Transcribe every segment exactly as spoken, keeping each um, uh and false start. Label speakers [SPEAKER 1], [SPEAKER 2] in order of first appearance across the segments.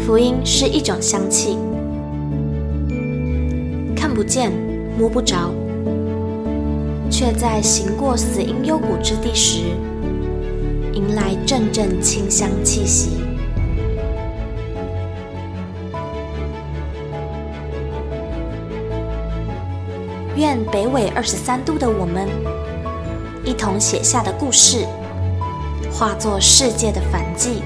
[SPEAKER 1] 福音是一种香气，看不见摸不着，却在行过死荫幽谷之地时，迎来阵阵清香气息。愿北纬二十三度的我们，一同写下的故事，化作世界的反季。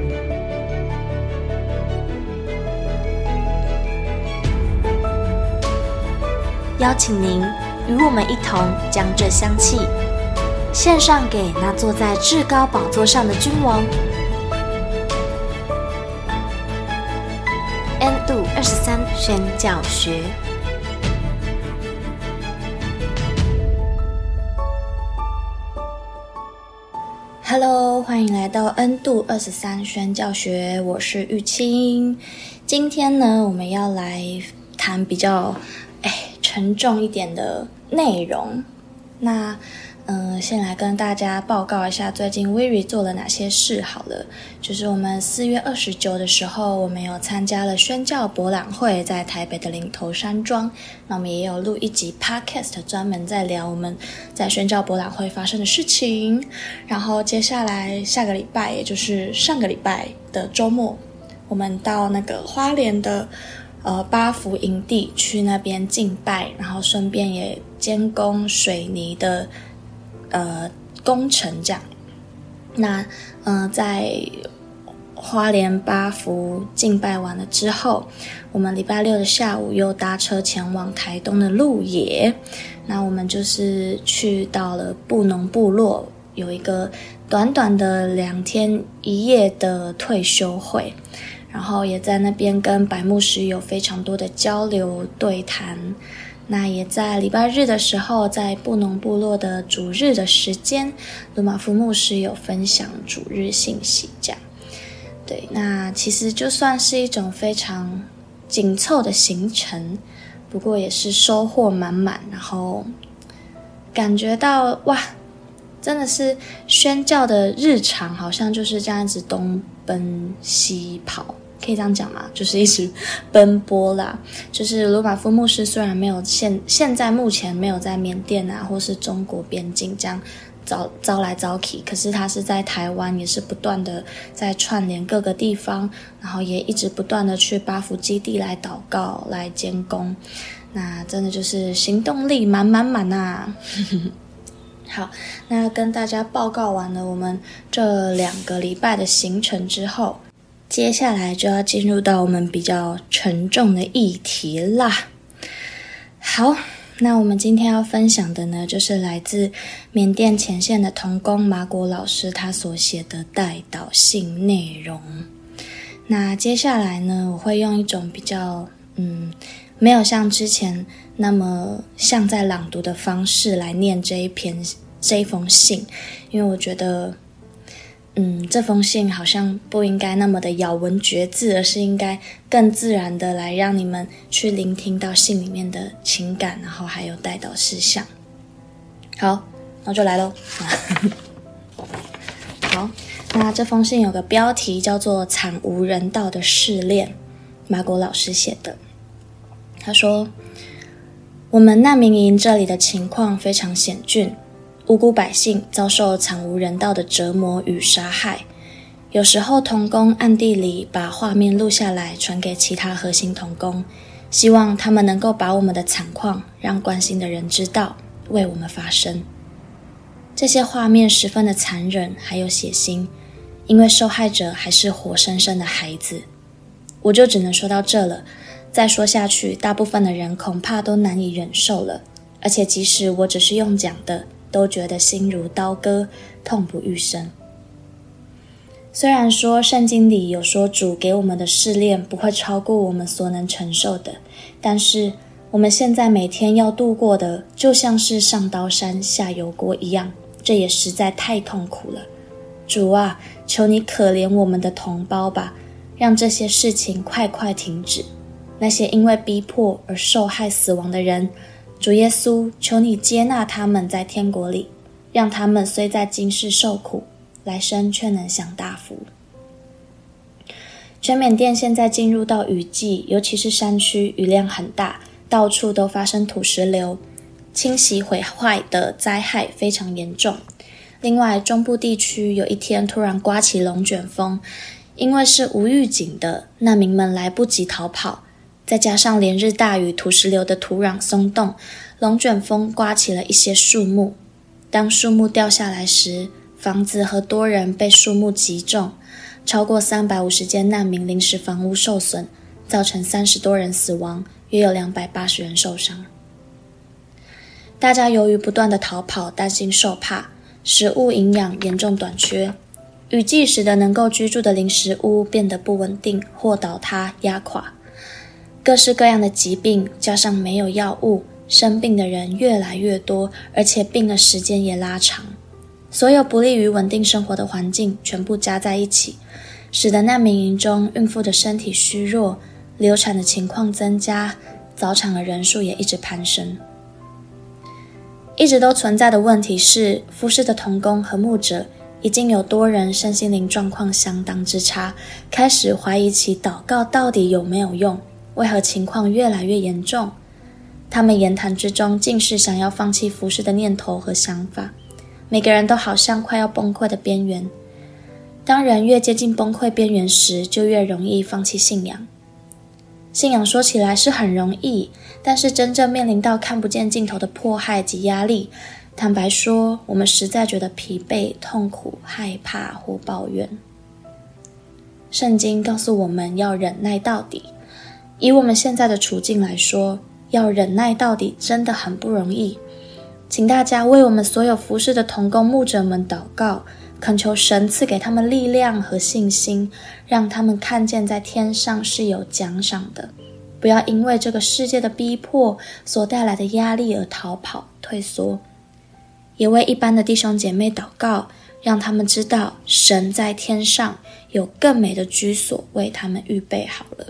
[SPEAKER 1] 邀请您与我们一同将这香气献上给那坐在至高宝座上的君王。N 度二十三宣教学。Hello， 欢迎来到 N 度二十三宣教学，我是玉清。今天呢，我们要来谈比较哎沉重一点的内容。那嗯、呃，先来跟大家报告一下最近 Weary 做了哪些事好了。就是我们四月二十九的时候，我们有参加了宣教博览会，在台北的林头山庄。那我们也有录一集 Podcast， 专门在聊我们在宣教博览会发生的事情。然后接下来下个礼拜，也就是上个礼拜的周末，我们到那个花莲的呃八福营地去那边敬拜，然后顺便也监工水泥的呃工程这样。那呃在花莲八福敬拜完了之后，我们礼拜六的下午又搭车前往台东的鹿野。那我们就是去到了布农部落，有一个短短的两天一夜的退休会，然后也在那边跟白牧师有非常多的交流对谈。那也在礼拜日的时候，在布农部落的主日的时间，鲁马夫牧师有分享主日信息这样。对，那其实就算是一种非常紧凑的行程，不过也是收获满满，然后感觉到哇，真的是宣教的日常好像就是这样子东奔西跑，可以这样讲吗？就是一直奔波啦。就是罗马夫牧师虽然没有现现在目前没有在缅甸啊或是中国边境这样招招来招去，可是他是在台湾也是不断的在串联各个地方，然后也一直不断的去八福基地来祷告来监工。那真的就是行动力满满满啊。好，那跟大家报告完了我们这两个礼拜的行程之后，接下来就要进入到我们比较沉重的议题啦。好，那我们今天要分享的呢，就是来自缅甸前线的同工马果老师他所写的代祷信内容。那接下来呢，我会用一种比较嗯，没有像之前那么像在朗读的方式来念这一篇这一封信，因为我觉得嗯，这封信好像不应该那么的咬文嚼字，而是应该更自然的来让你们去聆听到信里面的情感，然后还有代祷事项。好，那就来咯。好，那这封信有个标题叫做惨无人道的试炼，马果老师写的。他说，我们难民营这里的情况非常险峻，无辜百姓遭受惨无人道的折磨与杀害。有时候同工暗地里把画面录下来传给其他核心同工，希望他们能够把我们的惨况让关心的人知道，为我们发声。这些画面十分的残忍还有血腥，因为受害者还是活生生的孩子。我就只能说到这了，再说下去大部分的人恐怕都难以忍受了，而且即使我只是用讲的，都觉得心如刀割，痛不欲生。虽然说圣经里有说主给我们的试炼不会超过我们所能承受的，但是我们现在每天要度过的就像是上刀山下油锅一样，这也实在太痛苦了。主啊，求你可怜我们的同胞吧，让这些事情快快停止。那些因为逼迫而受害死亡的人，主耶稣，求你接纳他们在天国里，让他们虽在今世受苦，来生却能享大福。 全缅甸现在进入到雨季，尤其是山区，雨量很大，到处都发生土石流，侵袭毁坏的灾害非常严重。另外，中部地区有一天突然刮起龙卷风，因为是无预警的，难民们来不及逃跑，再加上连日大雨，土石流的土壤松动，龙卷风刮起了一些树木。当树木掉下来时，房子和多人被树木击中，超过三百五十间难民临时房屋受损，造成三十多人死亡，约有两百八十人受伤。大家由于不断的逃跑，担心受怕，食物营养严重短缺，雨季使得能够居住的临时屋变得不稳定或倒塌压垮。各式各样的疾病加上没有药物，生病的人越来越多，而且病的时间也拉长。所有不利于稳定生活的环境全部加在一起，使得难民营中孕妇的身体虚弱，流产的情况增加，早产的人数也一直攀升。一直都存在的问题是，服侍的同工和牧者已经有多人身心灵状况相当之差，开始怀疑起祷告到底有没有用，为何情况越来越严重？他们言谈之中尽是想要放弃服侍的念头和想法，每个人都好像快要崩溃的边缘。当人越接近崩溃边缘时，就越容易放弃信仰。信仰说起来是很容易，但是真正面临到看不见尽头的迫害及压力，坦白说，我们实在觉得疲惫、痛苦、害怕或抱怨。圣经告诉我们要忍耐到底，以我们现在的处境来说，要忍耐到底真的很不容易。请大家为我们所有服侍的同工牧者们祷告，恳求神赐给他们力量和信心，让他们看见在天上是有奖赏的，不要因为这个世界的逼迫所带来的压力而逃跑退缩。也为一般的弟兄姐妹祷告，让他们知道神在天上有更美的居所为他们预备好了。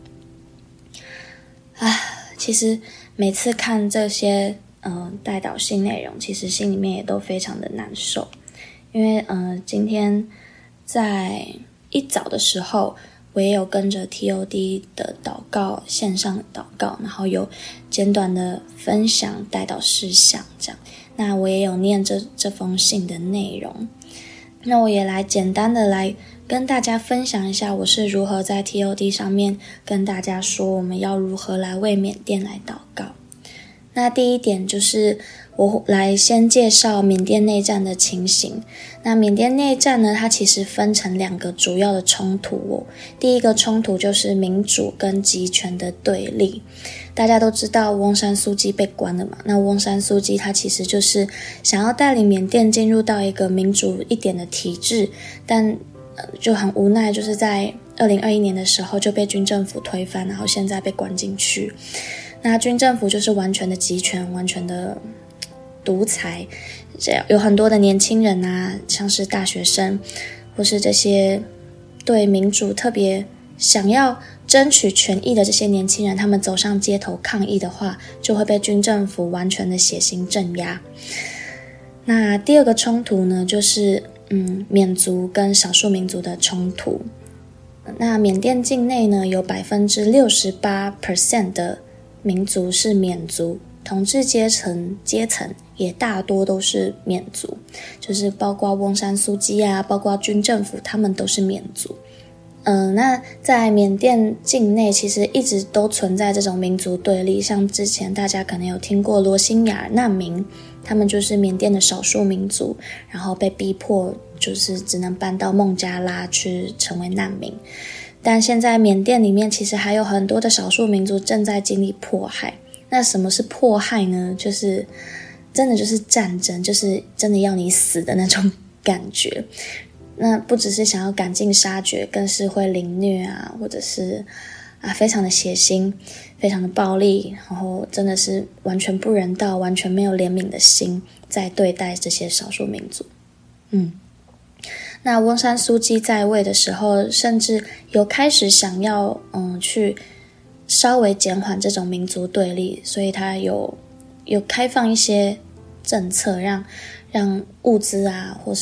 [SPEAKER 1] 啊，其实每次看这些呃代祷信内容，其实心里面也都非常的难受。因为呃今天在一早的时候，我也有跟着 T O D 的祷告线上祷告，然后有简短的分享代祷事项这样。那我也有念这这封信的内容。那我也来简单的来跟大家分享一下，我是如何在 T O D 上面跟大家说我们要如何来为缅甸来祷告。那第一点就是我来先介绍缅甸内战的情形。那缅甸内战呢，它其实分成两个主要的冲突哦。第一个冲突就是民主跟集权的对立。大家都知道翁山苏姬被关了嘛，那翁山苏姬他其实就是想要带领缅甸进入到一个民主一点的体制，但、呃、就很无奈，就是在二零二一年的时候就被军政府推翻，然后现在被关进去。那军政府就是完全的集权，完全的独裁，这样有很多的年轻人啊，像是大学生或是这些对民主特别想要争取权益的这些年轻人，他们走上街头抗议的话，就会被军政府完全的血腥镇压。那第二个冲突呢，就是嗯缅族跟少数民族的冲突。那缅甸境内呢，有 百分之六十八 的民族是缅族，统治阶层阶层也大多都是缅族，就是包括翁山苏姬啊，包括军政府，他们都是缅族。嗯、呃，那在缅甸境内其实一直都存在这种民族对立，像之前大家可能有听过罗兴亚难民，他们就是缅甸的少数民族，然后被逼迫就是只能搬到孟加拉去成为难民。但现在缅甸里面其实还有很多的少数民族正在经历迫害。那什么是迫害呢？就是真的就是战争，就是真的要你死的那种感觉。那不只是想要赶尽杀绝，更是会凌虐啊，或者是啊非常的血腥，非常的暴力，然后真的是完全不人道，完全没有怜悯的心在对待这些少数民族。嗯。那翁山苏姬在位的时候，甚至有开始想要嗯去稍微减缓这种民族对立，所以他有有开放一些政策，让让物资啊或是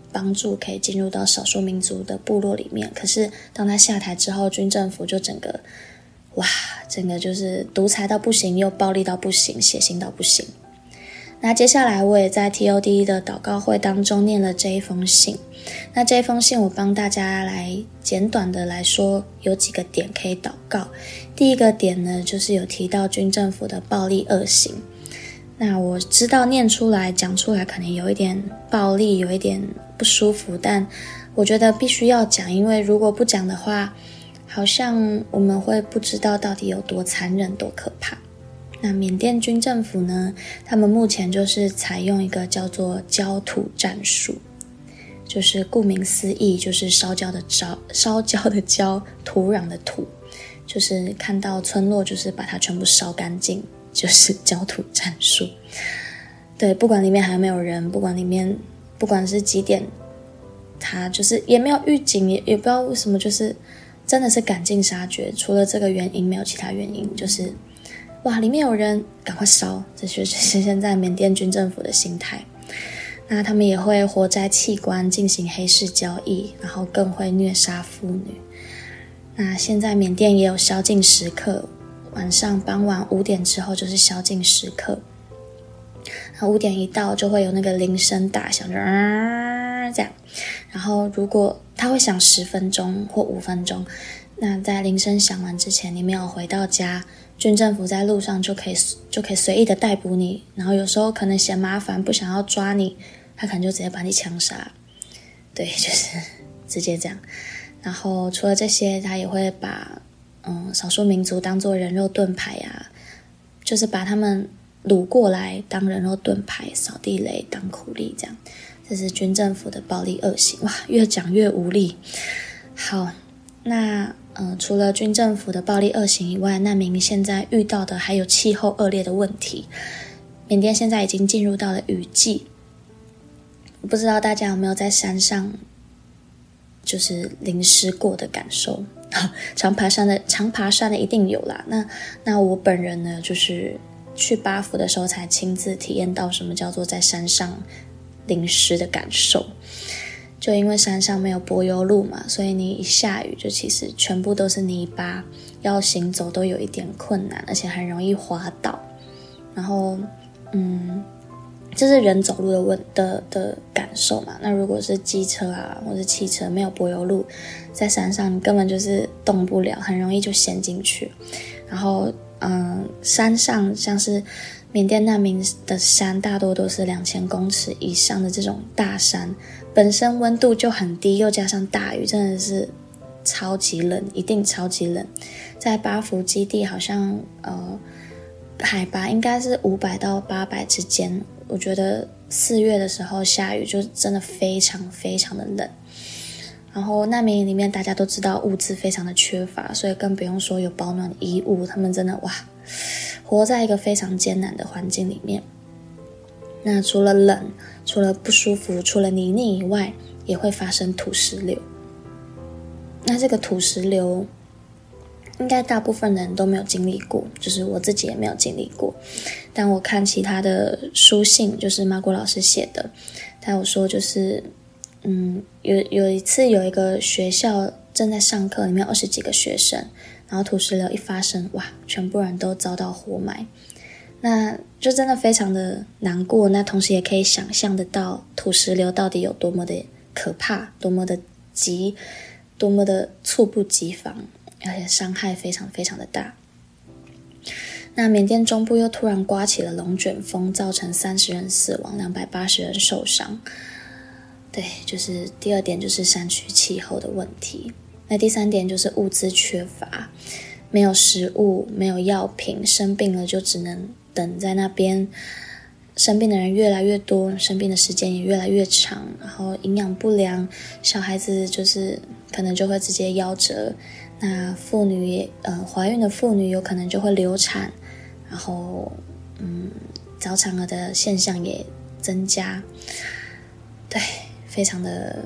[SPEAKER 1] 帮助可以进入到少数民族的部落里面。可是当他下台之后，军政府就整个哇，整个就是独裁到不行，又暴力到不行，血腥到不行。那接下来我也在 T O D 的祷告会当中念了这一封信。那这一封信我帮大家来简短的来说，有几个点可以祷告。第一个点呢，就是有提到军政府的暴力恶行。那我知道念出来讲出来可能有一点暴力，有一点不舒服，但我觉得必须要讲，因为如果不讲的话，好像我们会不知道到底有多残忍多可怕。那缅甸军政府呢，他们目前就是采用一个叫做焦土战术，就是顾名思义，就是烧焦的烧烧焦的焦，土壤的土，就是看到村落就是把它全部烧干净，就是焦土战术。对，不管里面还有没有人，不管里面不管是几点，他就是也没有预警，也也不知道为什么，就是真的是赶尽杀绝，除了这个原因没有其他原因，就是哇，里面有人，赶快烧！这就是现在缅甸军政府的心态。那他们也会活摘器官，进行黑市交易，然后更会虐杀妇女。那现在缅甸也有宵禁时刻，晚上傍晚五点之后就是宵禁时刻。那五点一到，就会有那个铃声大响，就、呃、这样。然后如果它会响十分钟或五分钟，那在铃声响完之前，你没有回到家，军政府在路上就可以就可以随意的逮捕你，然后有时候可能嫌麻烦不想要抓你，他可能就直接把你枪杀。对，就是直接这样。然后除了这些，他也会把嗯少数民族当作人肉盾牌啊，就是把他们掳过来当人肉盾牌，扫地雷当苦力，这样。这是军政府的暴力恶行。哇，越讲越无力。好，那呃，除了军政府的暴力恶行以外，难民现在遇到的还有气候恶劣的问题。缅甸现在已经进入到了雨季，不知道大家有没有在山上就是淋湿过的感受？常爬山的常爬山的一定有啦。那那我本人呢，就是去巴福的时候才亲自体验到什么叫做在山上淋湿的感受。就因为山上没有柏油路嘛，所以你一下雨就其实全部都是泥巴，要行走都有一点困难，而且很容易滑倒。然后嗯这是人走路的问的的感受嘛。那如果是机车啊或是汽车没有柏油路，在山上你根本就是动不了，很容易就陷进去。然后嗯山上像是缅甸难民的山大多都是两千公尺以上的这种大山，本身温度就很低，又加上大雨，真的是超级冷，一定超级冷。在巴福基地好像呃海拔应该是五百到八百之间，我觉得四月的时候下雨就真的非常非常的冷。然后难民营里面大家都知道物资非常的缺乏，所以更不用说有保暖衣物，他们真的哇活在一个非常艰难的环境里面。那除了冷，除了不舒服，除了泥泞以外，也会发生土石流。那这个土石流应该大部分人都没有经历过，就是我自己也没有经历过。但我看其他的书信，就是马果老师写的，他有说就是嗯，有有一次有一个学校正在上课，里面有二十几个学生，然后土石流一发生，哇，全部人都遭到活埋。那就真的非常的难过，那同时也可以想象得到土石流到底有多么的可怕，多么的急，多么的猝不及防，而且伤害非常非常的大。那缅甸中部又突然刮起了龙卷风，造成三十人死亡，两百八十人受伤。对，就是第二点就是山区气候的问题。那第三点就是物资缺乏，没有食物，没有药品，生病了就只能等在那边，生病的人越来越多，生病的时间也越来越长，然后营养不良，小孩子就是可能就会直接夭折，那妇女也呃怀孕的妇女有可能就会流产，然后嗯早产儿的现象也增加。对，非常的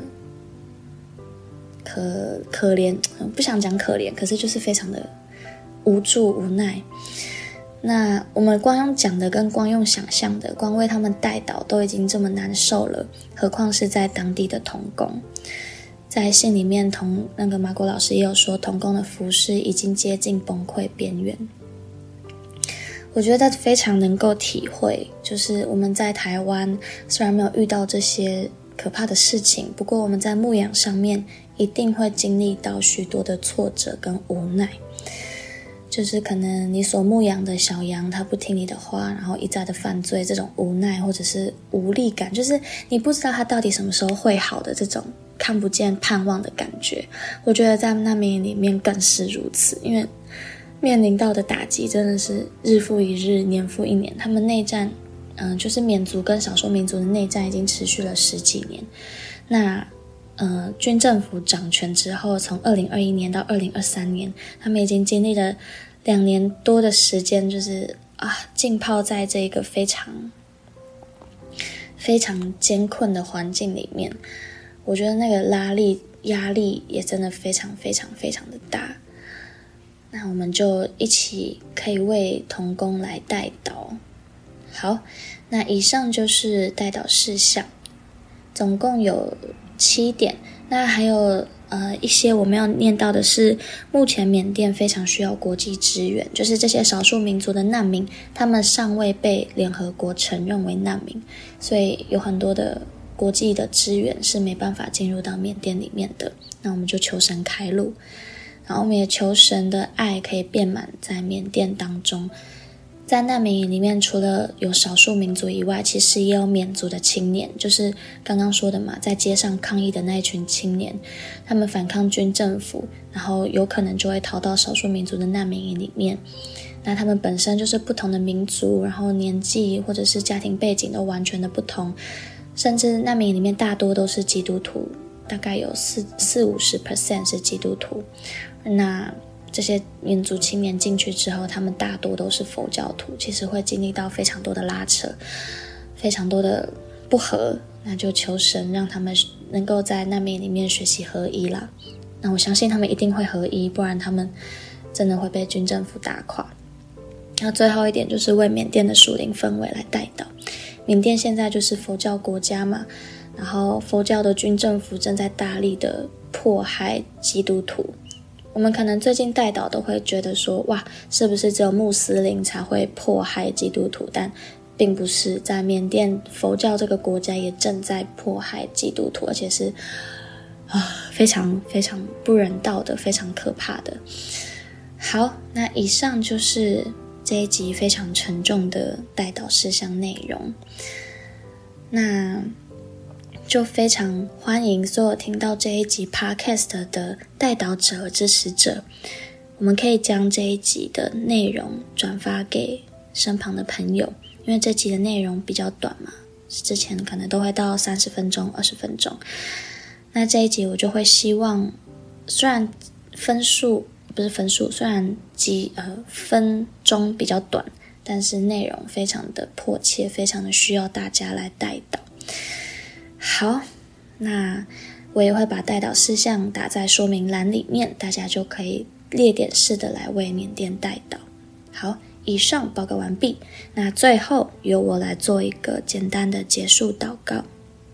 [SPEAKER 1] 可可怜，不想讲可怜，可是就是非常的无助无奈。 那我们光用讲的跟光用想象的，光为他们代祷都已经这么难受了，何况是在当地的同工。在信里面，同那个马果老师也有说，同工的服事已经接近崩溃边缘。我觉得非常能够体会，就是我们在台湾虽然没有遇到这些可怕的事情，不过我们在牧养上面一定会经历到许多的挫折跟无奈。就是可能你所牧养的小羊它不听你的话，然后一再的犯罪，这种无奈或者是无力感，就是你不知道它到底什么时候会好的这种看不见盼望的感觉。我觉得在难民营里面更是如此，因为面临到的打击真的是日复一日，年复一年。他们内战嗯、呃，就是缅族跟少数民族的内战已经持续了十几年。那呃，军政府掌权之后，从二零二一年到二零二三年，他们已经经历了两年多的时间，就是啊，浸泡在这个非常非常艰困的环境里面。我觉得那个拉力压力也真的非常非常非常的大。那我们就一起可以为同工来代祷。好，那以上就是代祷事项，总共有七点。那还有呃一些我没有念到的是，目前缅甸非常需要国际支援，就是这些少数民族的难民，他们尚未被联合国承认为难民，所以有很多的国际的支援是没办法进入到缅甸里面的。那我们就求神开路，然后我们也求神的爱可以遍满在缅甸当中。在难民营里面，除了有少数民族以外，其实也有缅族的青年，就是刚刚说的嘛，在街上抗议的那一群青年，他们反抗军政府，然后有可能就会逃到少数民族的难民营里面。那他们本身就是不同的民族，然后年纪或者是家庭背景都完全的不同，甚至难民营里面大多都是基督徒，大概有四四五十 percent 是基督徒。那这些民族青年进去之后，他们大多都是佛教徒，其实会经历到非常多的拉扯，非常多的不合。那就求神让他们能够在难民里面学习合一啦。那我相信他们一定会合一，不然他们真的会被军政府打垮。那最后一点就是为缅甸的属灵氛围来代祷。缅甸现在就是佛教国家嘛，然后佛教的军政府正在大力的迫害基督徒。我们可能最近代祷都会觉得说，哇，是不是只有穆斯林才会迫害基督徒？但并不是，在缅甸佛教这个国家也正在迫害基督徒，而且是啊非常非常不人道的，非常可怕的。好，那以上就是这一集非常沉重的代祷事项内容。那就非常欢迎所有听到这一集 podcast 的代祷者和支持者，我们可以将这一集的内容转发给身旁的朋友，因为这集的内容比较短嘛，之前可能都会到三十分钟、二十分钟。那这一集我就会希望，虽然分数不是分数，虽然集呃分钟比较短，但是内容非常的迫切，非常的需要大家来代祷。好，那我也会把代祷事项打在说明栏里面，大家就可以列点式的来为缅甸代祷。好，以上报告完毕。那最后由我来做一个简单的结束祷告。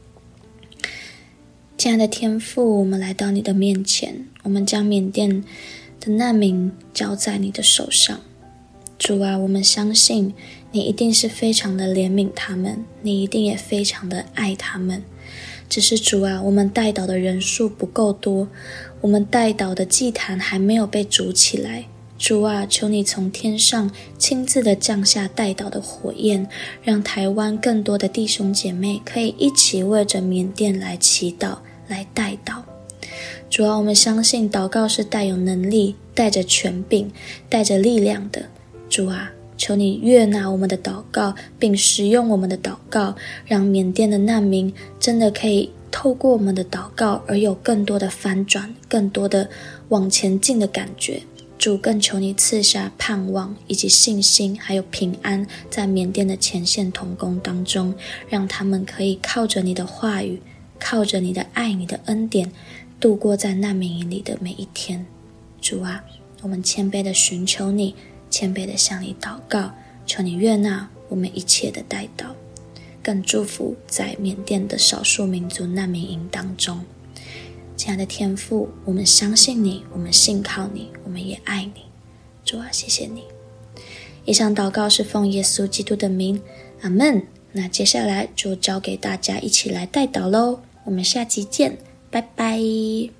[SPEAKER 1] 亲爱的天父，我们来到你的面前，我们将缅甸的难民交在你的手上。主啊，我们相信你一定是非常的怜悯他们，你一定也非常的爱他们。只是主啊，我们代祷的人数不够多，我们代祷的祭坛还没有被筑起来。主啊，求你从天上亲自的降下代祷的火焰，让台湾更多的弟兄姐妹可以一起为着缅甸来祈祷，来代祷。主啊，我们相信祷告是带有能力、带着权柄、带着力量的。主啊，求你悦纳我们的祷告，并使用我们的祷告，让缅甸的难民真的可以透过我们的祷告而有更多的翻转，更多的往前进的感觉。主，更求你赐下盼望以及信心还有平安，在缅甸的前线同工当中，让他们可以靠着你的话语，靠着你的爱，你的恩典，度过在难民营里的每一天。主啊，我们谦卑的寻求你， 谦卑的向你祷告，求你悦纳我们一切的代祷，更祝福在缅甸的少数民族难民营当中。亲爱的天父，我们相信你，我们信靠你，我们也爱你。主啊，谢谢你。以上祷告是奉耶稣基督的名，阿们。那接下来就交给大家一起来代祷咯，我们下期见，拜拜。